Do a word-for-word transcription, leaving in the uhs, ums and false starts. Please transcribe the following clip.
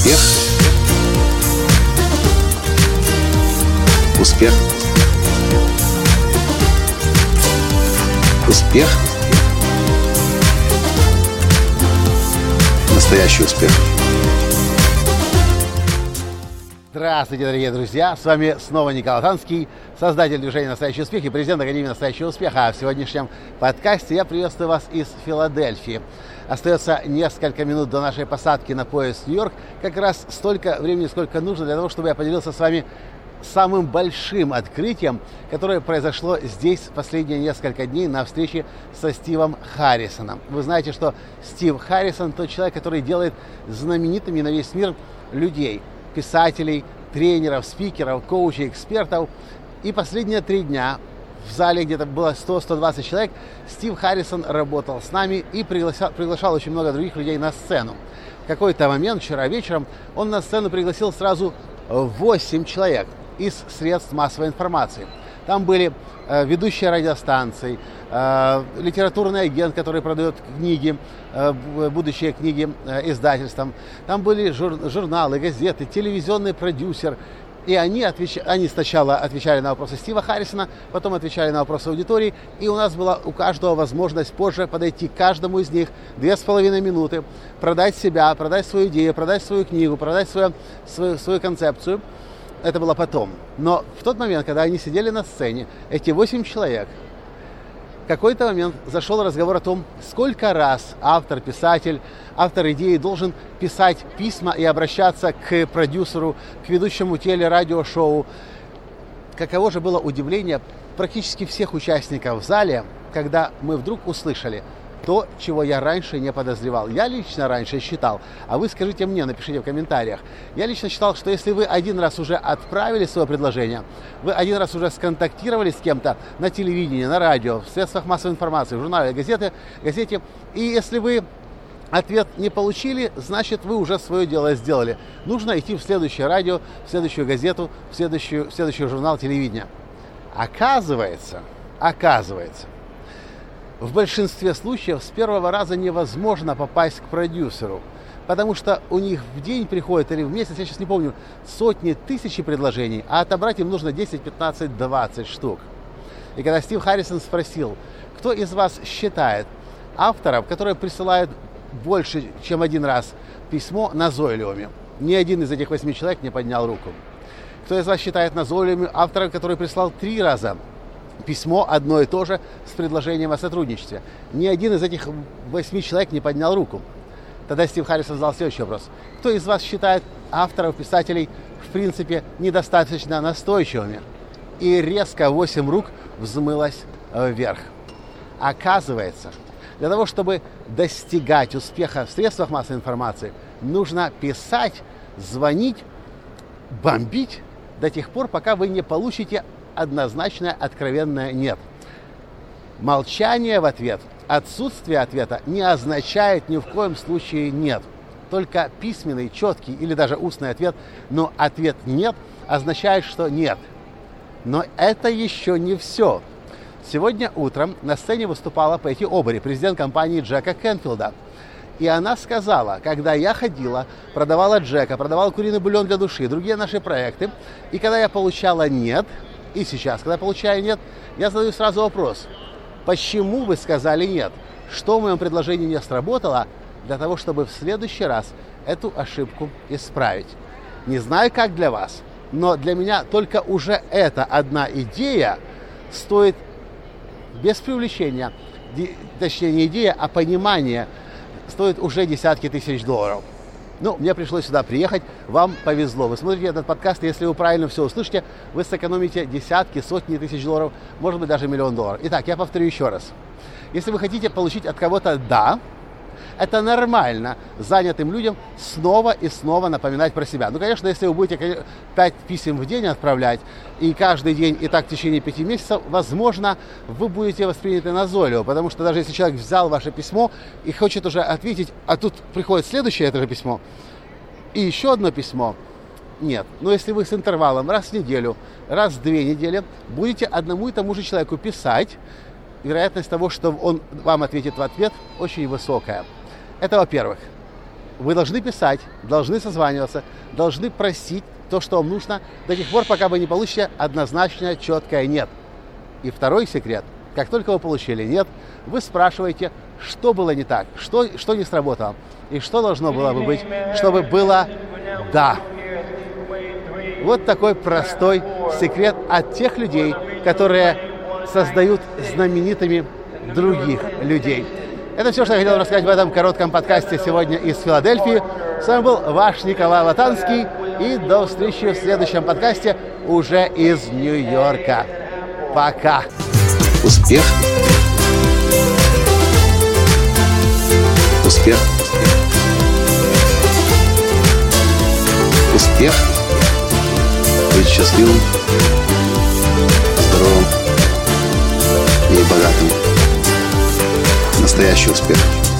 Успех. Успех. Успех. Настоящий успех. Здравствуйте, дорогие друзья! С вами снова Николай Танский, создатель движения «Настоящий успех» и президент Академии настоящего успеха. А в сегодняшнем подкасте я приветствую вас из Филадельфии. Остается несколько минут до нашей посадки на поезд в Нью-Йорк. Как раз столько времени, сколько нужно для того, чтобы я поделился с вами самым большим открытием, которое произошло здесь в последние несколько дней на встрече со Стивом Харрисоном. Вы знаете, что Стив Харрисон тот человек, который делает знаменитыми на весь мир людей, писателей, тренеров, спикеров, коучей, экспертов. И последние три дня в зале где-то было сто-сто двадцать человек. Стив Харрисон работал с нами и приглашал, приглашал очень много других людей на сцену. В какой-то момент, вчера вечером, он на сцену пригласил сразу восемь человек из средств массовой информации. Там были э, ведущие радиостанций, э, литературный агент, который продает книги, э, будущие книги э, издательствам. Там были жур, журналы, газеты, телевизионный продюсер. И они, отвеч... они сначала отвечали на вопросы Стива Харрисона, потом отвечали на вопросы аудитории. И у нас была у каждого возможность позже подойти к каждому из них две с половиной минуты, продать себя, продать свою идею, продать свою книгу, продать свою, свою, свою концепцию. Это было потом. Но в тот момент, когда они сидели на сцене, эти восемь человек, в какой-то момент зашел разговор о том, сколько раз автор, писатель, автор идеи должен писать письма и обращаться к продюсеру, к ведущему телерадиошоу. Каково же было удивление практически всех участников в зале, когда мы вдруг услышали то, чего я раньше не подозревал. Я лично раньше считал, а вы скажите мне, напишите в комментариях. Я лично считал, что если вы один раз уже отправили свое предложение, вы один раз уже сконтактировали с кем-то на телевидении, на радио, в средствах массовой информации, в журнале, газете, газете, и если вы ответ не получили, значит, вы уже свое дело сделали. Нужно идти в следующее радио, в следующую газету, в следующую, в следующий журнал телевидения. Оказывается, оказывается, в большинстве случаев с первого раза невозможно попасть к продюсеру, потому что у них в день приходит, или в месяц, я сейчас не помню, сотни, тысячи предложений, а отобрать им нужно десять, пятнадцать, двадцать штук. И когда Стив Харрисон спросил, кто из вас считает авторов, которые присылают больше, чем один раз письмо, назойливыми, ни один из этих восьми человек не поднял руку. Кто из вас считает назойливыми авторов, который прислал три раза письмо одно и то же с предложением о сотрудничестве? Ни один из этих восьми человек не поднял руку. Тогда Стив Харрисон задал следующий вопрос. Кто из вас считает авторов, писателей, в принципе, недостаточно настойчивыми? И резко восемь рук взмылось вверх. Оказывается, для того, чтобы достигать успеха в средствах массовой информации, нужно писать, звонить, бомбить до тех пор, пока вы не получите однозначное, откровенное «нет». Молчание в ответ, отсутствие ответа не означает ни в коем случае «нет». Только письменный, четкий или даже устный ответ, но ответ «нет» означает, что «нет». Но это еще не все. Сегодня утром на сцене выступала Пэтти Обери, президент компании Джека Кенфилда. И она сказала, когда я ходила, продавала Джека, продавала куриный бульон для души, другие наши проекты, и когда я получала «нет», и сейчас, когда получаю «нет», я задаю сразу вопрос. Почему вы сказали «нет»? Что в моем предложении не сработало для того, чтобы в следующий раз эту ошибку исправить? Не знаю, как для вас, но для меня только уже эта одна идея стоит без привлечения, точнее не идея, а понимание, стоит уже десятки тысяч долларов. Ну, мне пришлось сюда приехать, вам повезло. Вы смотрите этот подкаст, и если вы правильно все услышите, вы сэкономите десятки, сотни тысяч долларов, может быть, даже миллион долларов. Итак, я повторю еще раз. Если вы хотите получить от кого-то «да», это нормально занятым людям снова и снова напоминать про себя. Ну, конечно, если вы будете пять писем в день отправлять, и каждый день, и так в течение пяти месяцев, возможно, вы будете восприняты назойливо, потому что даже если человек взял ваше письмо и хочет уже ответить, а тут приходит следующее это же письмо, и еще одно письмо, нет. Но если вы с интервалом раз в неделю, раз в две недели будете одному и тому же человеку писать, вероятность того, что он вам ответит в ответ, очень высокая. Это во-первых. вы должны писать, должны созваниваться, должны просить то, что вам нужно, до тех пор, пока вы не получите однозначное, четкое «нет». И второй секрет. Как только вы получили «нет», вы спрашиваете, что было не так, что, что не сработало, и что должно было бы быть, чтобы было «да». Вот такой простой секрет от тех людей, которые создают знаменитыми других людей. Это все, что я хотел рассказать в этом коротком подкасте сегодня из Филадельфии. С вами был ваш Николай Латанский. И до встречи в следующем подкасте уже из Нью-Йорка. Пока. Успех. Успех. Успех. Быть счастливым, здоровым и богатым. Настоящий успех.